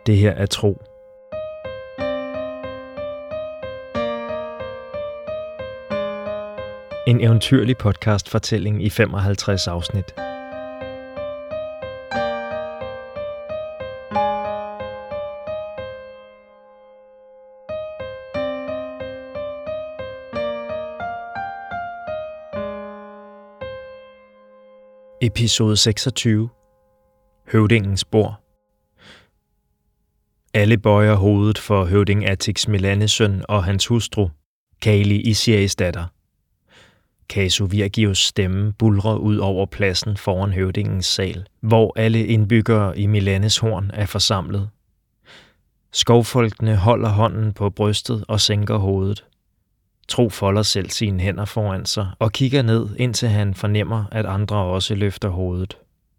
Det her er Tro. En eventyrlig podcastfortælling i 55 afsnit. Episode 26. Høvdingens bord. Alle bøjer hovedet for høvding Atix Melannesøn og hans hustru, Kali Isias datter. Casu Virgius stemme buldrer ud over pladsen foran høvdingens sal, hvor alle indbyggere i Milannes horn er forsamlet. Skovfolkene holder hånden på brystet og sænker hovedet. Tro folder selv sine hænder foran sig og kigger ned, indtil han fornemmer, at andre også løfter hovedet.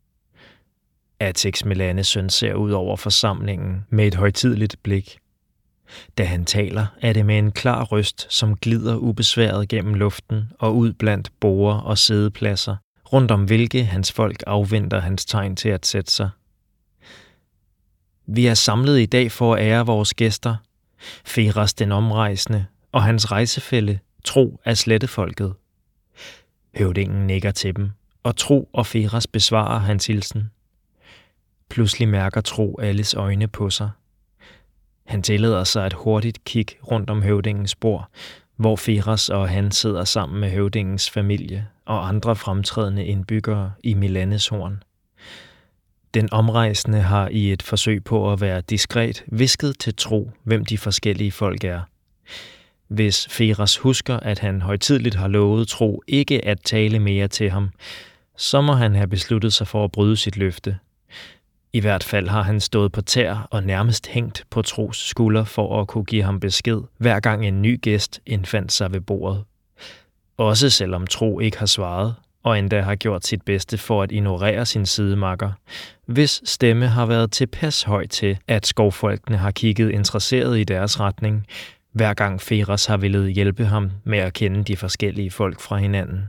Atix Melannesøn ser ud over forsamlingen med et højtideligt blik. Da han taler, er det med en klar røst, som glider ubesværet gennem luften og ud blandt borde og sædepladser, rundt om hvilke hans folk afventer hans tegn til at sætte sig. Vi er samlet i dag for at ære vores gæster, Feras den omrejsende og hans rejsefælle, Tro af slettefolket. Høvdingen nikker til dem, og Tro og Feras besvarer hans hilsen. Pludselig mærker Tro alles øjne på sig. Han tillader sig et hurtigt kig rundt om høvdingens bord, hvor Feras og han sidder sammen med høvdingens familie og andre fremtrædende indbyggere i Milannes horn. Den omrejsende har i et forsøg på at være diskret hvisket til Tro, hvem de forskellige folk er. Hvis Feras husker, at han højtideligt har lovet Tro ikke at tale mere til ham, så må han have besluttet sig for at bryde sit løfte. I hvert fald har han stået på tær og nærmest hængt på Tros skulder for at kunne give ham besked, hver gang en ny gæst indfandt sig ved bordet. Også selvom Tro ikke har svaret, og endda har gjort sit bedste for at ignorere sin sidemakker, hvis stemme har været tilpas høj til, at skovfolkene har kigget interesseret i deres retning, hver gang Feras har villet hjælpe ham med at kende de forskellige folk fra hinanden.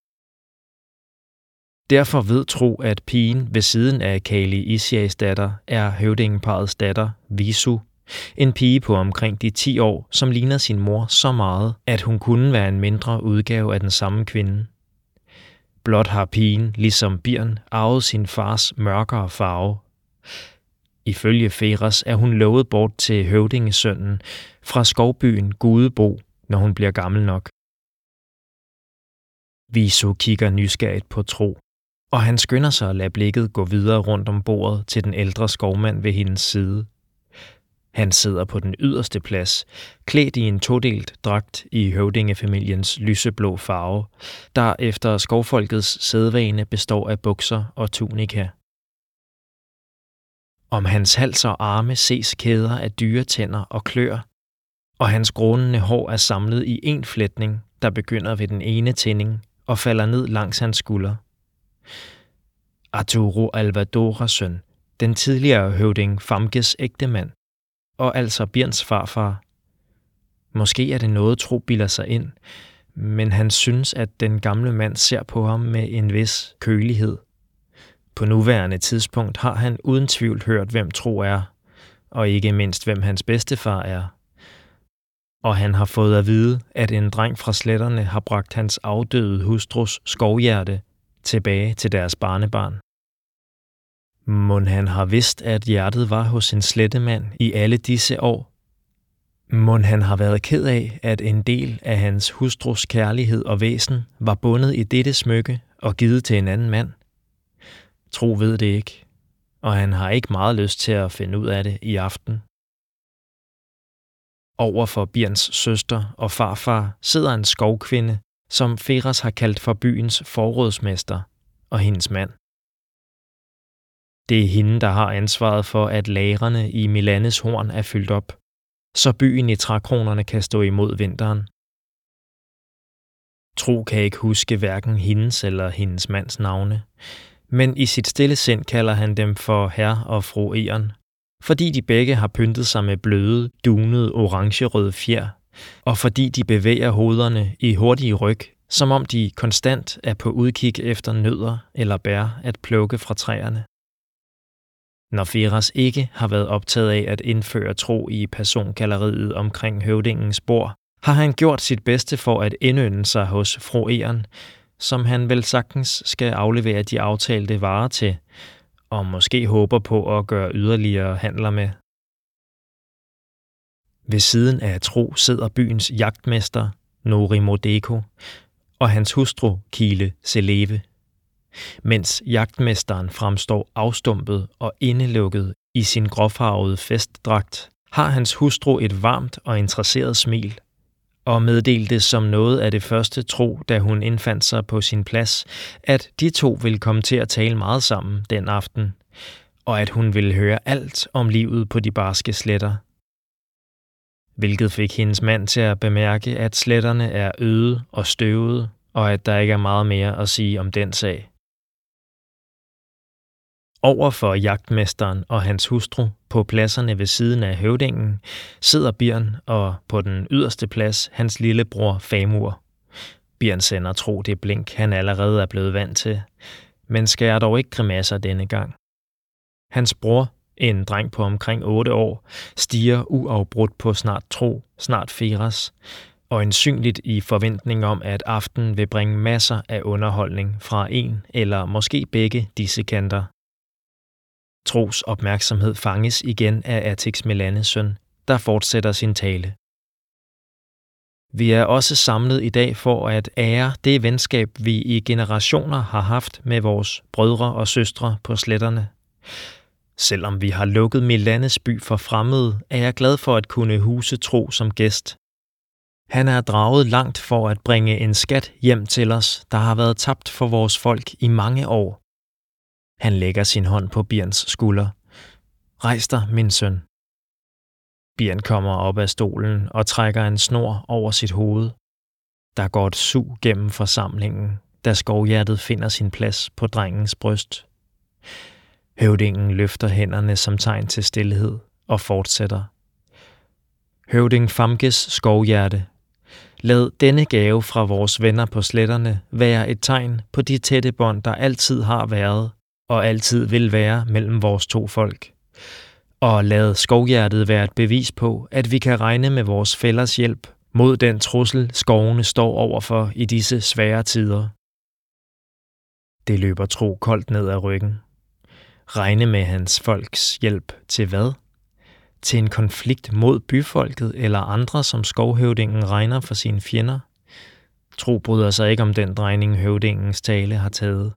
Derfor ved Tro, at pigen ved siden af Kali Isias datter er høvdingeparrets datter, Visu, en pige på omkring de 10 år, som ligner sin mor så meget, at hun kunne være en mindre udgave af den samme kvinde. Blot har pigen, ligesom Birn, arvet sin fars mørkere farve. Ifølge Feras er hun lovet bort til høvdingesønnen fra skovbyen Gudebo, når hun bliver gammel nok. Visu kigger nysgerrigt på Tro, og han skynder sig at lade blikket gå videre rundt om bordet til den ældre skovmand ved hendes side. Han sidder på den yderste plads, klædt i en todelt dragt i høvdingefamiliens lyseblå farve, der efter skovfolkets sædvane består af bukser og tunika. Om hans hals og arme ses kæder af dyretænder og klør, og hans grånende hår er samlet i en flætning, der begynder ved den ene tinding og falder ned langs hans skulder. Arturo Alvadoras søn, den tidligere høvding Famkes ægtemand, og altså Birns farfar. Måske er det noget, Tro bilder sig ind, men han synes, at den gamle mand ser på ham med en vis kølighed. På nuværende tidspunkt har han uden tvivl hørt, hvem Tro er, og ikke mindst, hvem hans bedstefar er. Og han har fået at vide, at en dreng fra sletterne har bragt hans afdøde hustrus skovhjerte tilbage til deres barnebarn. Mon han har vidst, at hjertet var hos en slettemand i alle disse år? Mon han har været ked af, at en del af hans hustrus kærlighed og væsen var bundet i dette smykke og givet til en anden mand? Tro ved det ikke, og han har ikke meget lyst til at finde ud af det i aften. Over for Birns søster og farfar sidder en skovkvinde, som Feras har kaldt for byens forrådsmester, og hendes mand. Det er hende, der har ansvaret for, at lagrene i Milannes horn er fyldt op, så byen i trækronerne kan stå imod vinteren. Tro kan ikke huske hverken hendes eller hendes mands navne, men i sit stille sind kalder han dem for herr og fru Eren, fordi de begge har pyntet sig med bløde, dunede orangerøde fjer, og fordi de bevæger hovederne i hurtige ryg, som om de konstant er på udkig efter nødder eller bær at plukke fra træerne. Når Firas ikke har været optaget af at indføre tro i persongalleriet omkring høvdingens bord, har han gjort sit bedste for at indynde sig hos fru Eren, som han vel sagtens skal aflevere de aftalte varer til, og måske håber på at gøre yderligere handler med. Ved siden af Tro sidder byens jagtmester, Nori Modeko, og hans hustru, Kile Seleve. Mens jagtmesteren fremstår afstumpet og indelukket i sin gråfarvede festdragt, har hans hustru et varmt og interesseret smil, og meddelte som noget af det første Tro, da hun indfandt sig på sin plads, at de to ville komme til at tale meget sammen den aften, og at hun ville høre alt om livet på de barske sletter. Hvilket fik hendes mand til at bemærke, at sletterne er øde og støvede, og at der ikke er meget mere at sige om den sag. Over for jagtmesteren og hans hustru på pladserne ved siden af høvdingen sidder Birn, og på den yderste plads hans lillebror Famur. Birn sender Tro det blink, han allerede er blevet vant til, men skærer dog ikke grimasser denne gang. Hans bror, en dreng på omkring 8 år, stiger uafbrudt på snart Tro, snart Firas, og øjensynligt i forventning om, at aftenen vil bringe masser af underholdning fra en eller måske begge disse kanter. Tros opmærksomhed fanges igen af Atix Melannes søn, der fortsætter sin tale. Vi er også samlet i dag for at ære det venskab, vi i generationer har haft med vores brødre og søstre på sletterne. Selvom vi har lukket Melannes by for fremmede, er jeg glad for at kunne huse Tro som gæst. Han er draget langt for at bringe en skat hjem til os, der har været tabt for vores folk i mange år. Han lægger sin hånd på Birns skulder. Rejs dig, min søn. Birn kommer op af stolen og trækker en snor over sit hoved. Der går et sug gennem forsamlingen, da skovhjertet finder sin plads på drengens bryst. Høvdingen løfter hænderne som tegn til stilhed og fortsætter. Høvding Famkes skovhjerte, lad denne gave fra vores venner på sletterne være et tegn på de tætte bånd, der altid har været og altid vil være mellem vores to folk. Og lad skovhjertet være et bevis på, at vi kan regne med vores fællers hjælp mod den trussel, skovene står overfor i disse svære tider. Det løber Tro koldt ned ad ryggen. Regne med hans folks hjælp til hvad? Til en konflikt mod byfolket eller andre, som skovhøvdingen regner for sine fjender? Tro bryder sig ikke om den drejning, høvdingens tale har taget.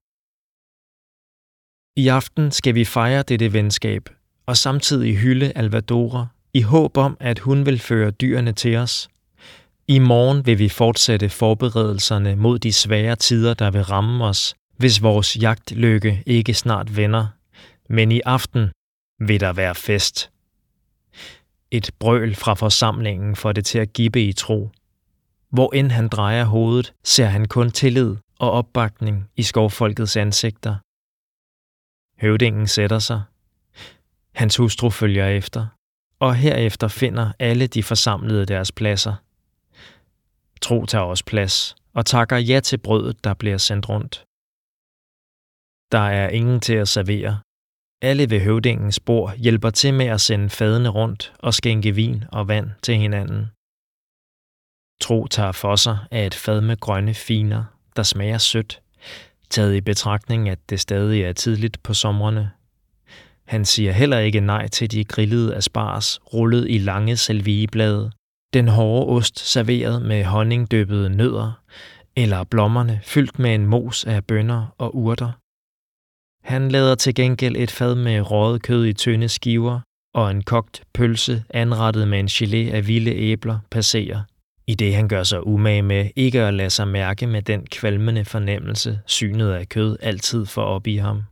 I aften skal vi fejre dette venskab, og samtidig hylde Alvadora, i håb om, at hun vil føre dyrene til os. I morgen vil vi fortsætte forberedelserne mod de svære tider, der vil ramme os, hvis vores jagtlykke ikke snart vender. Men i aften vil der være fest. Et brøl fra forsamlingen får det til at gibbe i Tro. Hvor end han drejer hovedet, ser han kun tillid og opbakning i skovfolkets ansigter. Høvdingen sætter sig. Hans hustru følger efter, og herefter finder alle de forsamlede deres pladser. Tro tager også plads og takker ja til brødet, der bliver sendt rundt. Der er ingen til at servere. Alle ved høvdingens bord hjælper til med at sende fadene rundt og skænke vin og vand til hinanden. Tro tager for sig af et fad med grønne finer, der smager sødt, taget i betragtning, at det stadig er tidligt på somrene. Han siger heller ikke nej til de grillede asparges rullet i lange salvieblade, den hårde ost serveret med honningdyppede nødder, eller blommerne fyldt med en mos af bønner og urter. Han lader til gengæld et fad med røget kød i tynde skiver og en kogt pølse anrettet med en gelé af vilde æbler passere, i det han gør sig umage med ikke at lade sig mærke med den kvalmende fornemmelse, synet af kød altid får op i ham.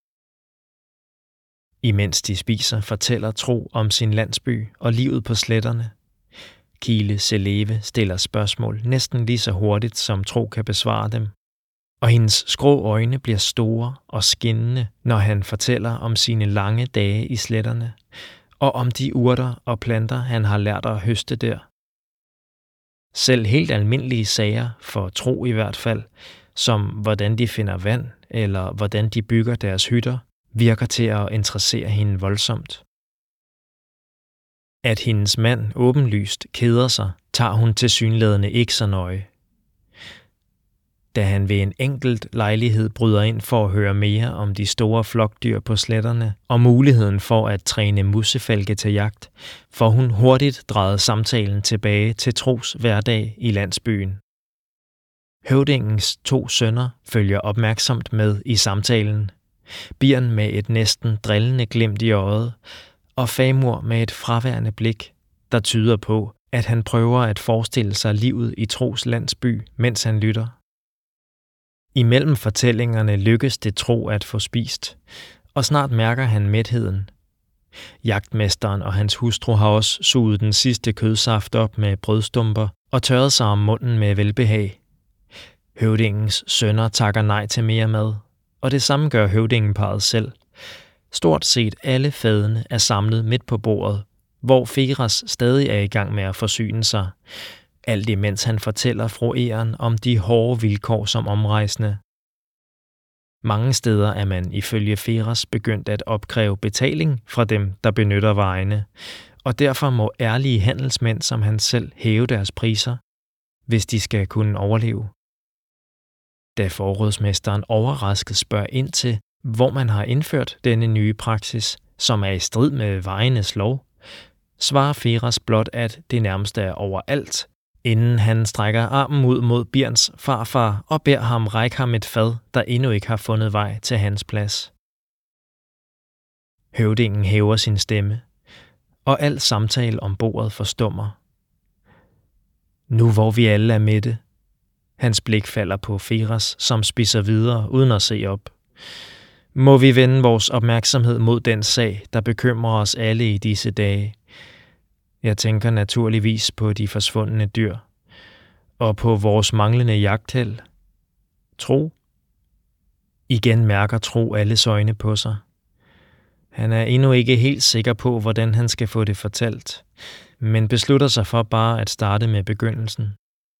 Imens de spiser, fortæller Tro om sin landsby og livet på sletterne. Kile Seleve stiller spørgsmål næsten lige så hurtigt, som Tro kan besvare dem. Og hendes skrå øjne bliver store og skinnende, når han fortæller om sine lange dage i sletterne, og om de urter og planter, han har lært at høste der. Selv helt almindelige sager, for Tro i hvert fald, som hvordan de finder vand, eller hvordan de bygger deres hytter, virker til at interessere hende voldsomt. At hendes mand åbenlyst keder sig, tager hun tilsyneladende ikke så nøje. Da han ved en enkelt lejlighed bryder ind for at høre mere om de store flokdyr på sletterne og muligheden for at træne musefalke til jagt, får hun hurtigt drejet samtalen tilbage til Tros hverdag i landsbyen. Høvdingens 2 sønner følger opmærksomt med i samtalen. Birn med et næsten drillende glimt i øjet, og Famur med et fraværende blik, der tyder på, at han prøver at forestille sig livet i Tros landsby, mens han lytter. Imellem fortællingerne lykkes det Tro at få spist, og snart mærker han mætheden. Jagtmesteren og hans hustru har også suget den sidste kødsaft op med brødstumper og tørret sig om munden med velbehag. Høvdingens sønner takker nej til mere mad, og det samme gør høvdingeparret selv. Stort set alle fadene er samlet midt på bordet, hvor Feras stadig er i gang med at forsyne sig, alt imens han fortæller fru Eren om de hårde vilkår som omrejsende. Mange steder er man ifølge Feras begyndt at opkræve betaling fra dem, der benytter vejene, og derfor må ærlige handelsmænd som han selv hæve deres priser, hvis de skal kunne overleve. Da forrådsmesteren overrasket spørger ind til, hvor man har indført denne nye praksis, som er i strid med vejenes lov, svarer Feras blot, at det nærmest er overalt, inden han strækker armen ud mod Birns farfar og beder ham række ham et fad, der endnu ikke har fundet vej til hans plads. Høvdingen hæver sin stemme, og al samtale om bordet forstummer. Nu hvor vi alle er mætte. Hans blik falder på Feras, som spiser videre uden at se op. Må vi vende vores opmærksomhed mod den sag, der bekymrer os alle i disse dage. Jeg tænker naturligvis på de forsvundne dyr, og på vores manglende jagtheld. Tro? Igen mærker Tro alles øjne på sig. Han er endnu ikke helt sikker på, hvordan han skal få det fortalt, men beslutter sig for bare at starte med begyndelsen.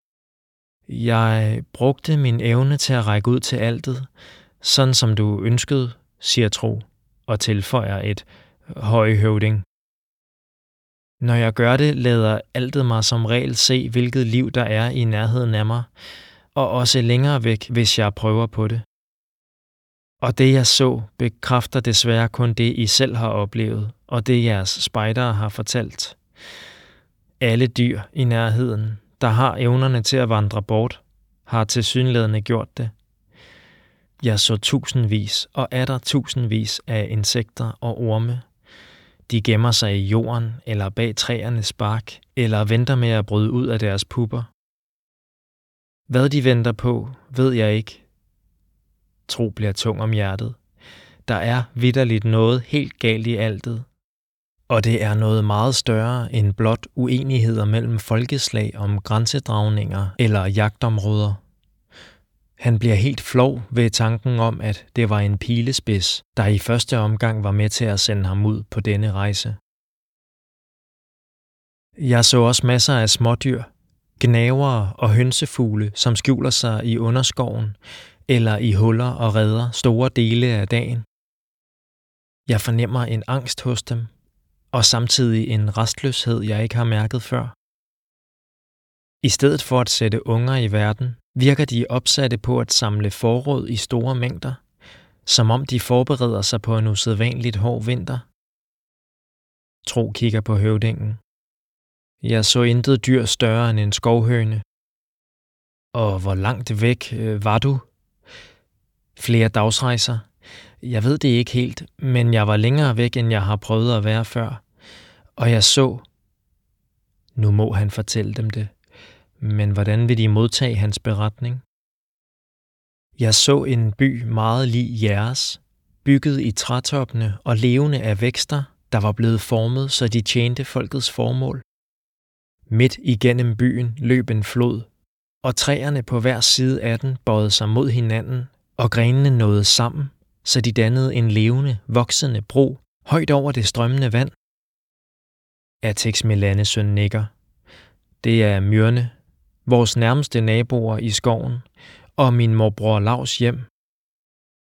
Jeg brugte min evne til at række ud til altet, sådan som du ønskede, siger Tro, og tilføjer et høj høvding. Når jeg gør det, lader altet mig som regel se, hvilket liv der er i nærheden af mig, og også længere væk, hvis jeg prøver på det. Og det jeg så, bekræfter desværre kun det, I selv har oplevet, og det jeres spejdere har fortalt. Alle dyr i nærheden, der har evnerne til at vandre bort, har tilsyneladende gjort det. Jeg så tusindvis og atter tusindvis af insekter og orme. De gemmer sig i jorden eller bag træernes bark, eller venter med at bryde ud af deres pupper. Hvad de venter på, ved jeg ikke. Tro bliver tung om hjertet. Der er vitterligt noget helt galt i altet. Og det er noget meget større end blot uenigheder mellem folkeslag om grænsedragninger eller jagtområder. Han bliver helt flov ved tanken om, at det var en pilespids, der i første omgang var med til at sende ham ud på denne rejse. Jeg så også masser af smådyr, gnavere og hønsefugle, som skjuler sig i underskoven eller i huller og reder store dele af dagen. Jeg fornemmer en angst hos dem, og samtidig en restløshed, jeg ikke har mærket før. I stedet for at sætte unger i verden, virker de opsatte på at samle forråd i store mængder, som om de forbereder sig på en usædvanligt hård vinter. Tro kigger på høvdingen. Jeg så intet dyr større end en skovhøne. Og hvor langt væk var du? Flere dagsrejser. Jeg ved det ikke helt, men jeg var længere væk, end jeg har prøvet at være før. Og jeg så... Nu må han fortælle dem det. Men hvordan vil de modtage hans beretning? Jeg så en by meget lig jeres, bygget i trætoppene og levende af vækster, der var blevet formet, så de tjente folkets formål. Midt igennem byen løb en flod, og træerne på hver side af den bøjede sig mod hinanden, og grenene nåede sammen, så de dannede en levende, voksende bro højt over det strømmende vand. Atex Melanesøn nikker. Det er Myrne, vores nærmeste naboer i skoven, og min morbror Lavs hjem.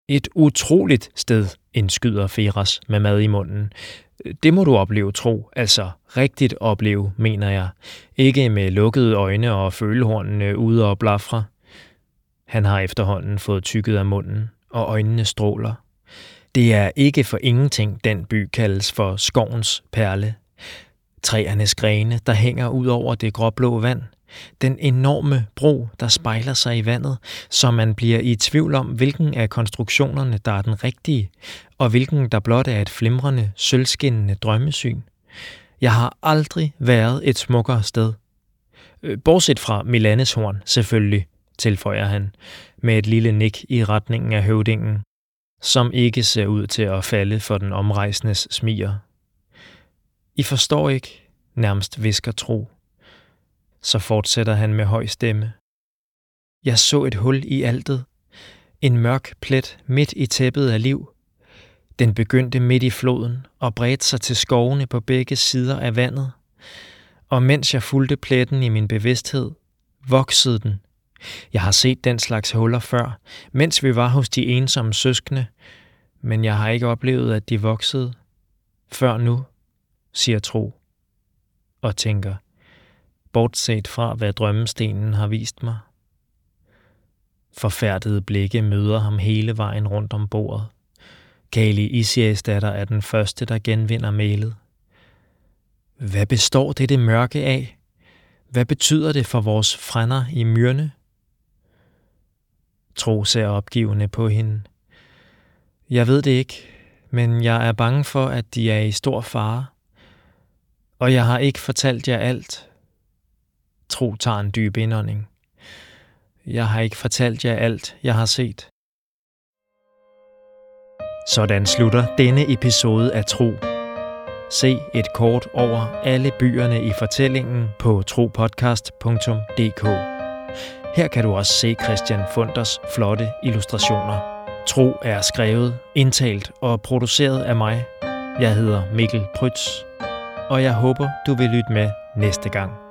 Et utroligt sted, indskyder Feras med mad i munden. Det må du opleve, Tro. Altså rigtigt opleve, mener jeg. Ikke med lukkede øjne og følehornene ude og blafre. Han har efterhånden fået tykket af munden, og øjnene stråler. Det er ikke for ingenting, den by kaldes for skovens perle. Træernes grene, der hænger ud over det gråblå vand. Den enorme bro, der spejler sig i vandet, så man bliver i tvivl om, hvilken af konstruktionerne, der er den rigtige, og hvilken der blot er et flimrende, sølvskinnende drømmesyn. Jeg har aldrig været et smukkere sted. Bortset fra Milaneshorn, selvfølgelig, tilføjer han, med et lille nik i retningen af høvdingen, som ikke ser ud til at falde for den omrejsendes smiger. I forstår ikke, nærmest hvisker Tro. Så fortsætter han med høj stemme. Jeg så et hul i altet. En mørk plet midt i tæppet af liv. Den begyndte midt i floden og bredte sig til skovene på begge sider af vandet. Og mens jeg fulgte pletten i min bevidsthed, voksede den. Jeg har set den slags huller før, mens vi var hos de ensomme søskende, men jeg har ikke oplevet, at de voksede. Før nu, siger Tro, og tænker, bortset fra hvad drømmestenen har vist mig. Forfærdede blikke møder ham hele vejen rundt om bordet. Kali Isiasdatter er den første, der genvinder mælet. Hvad består det mørke af? Hvad betyder det for vores frænder i myrne? Tro ser opgivende på hende. Jeg ved det ikke, men jeg er bange for, at de er i stor fare. Og jeg har ikke fortalt jer alt. Tro tager en dyb indånding. Jeg har ikke fortalt jer alt, jeg har set. Sådan slutter denne episode af Tro. Se et kort over alle byerne i fortællingen på tropodcast.dk. Her kan du også se Christian Funders flotte illustrationer. Tro er skrevet, indtalt og produceret af mig. Jeg hedder Mikkel Prytz, og jeg håber, du vil lytte med næste gang.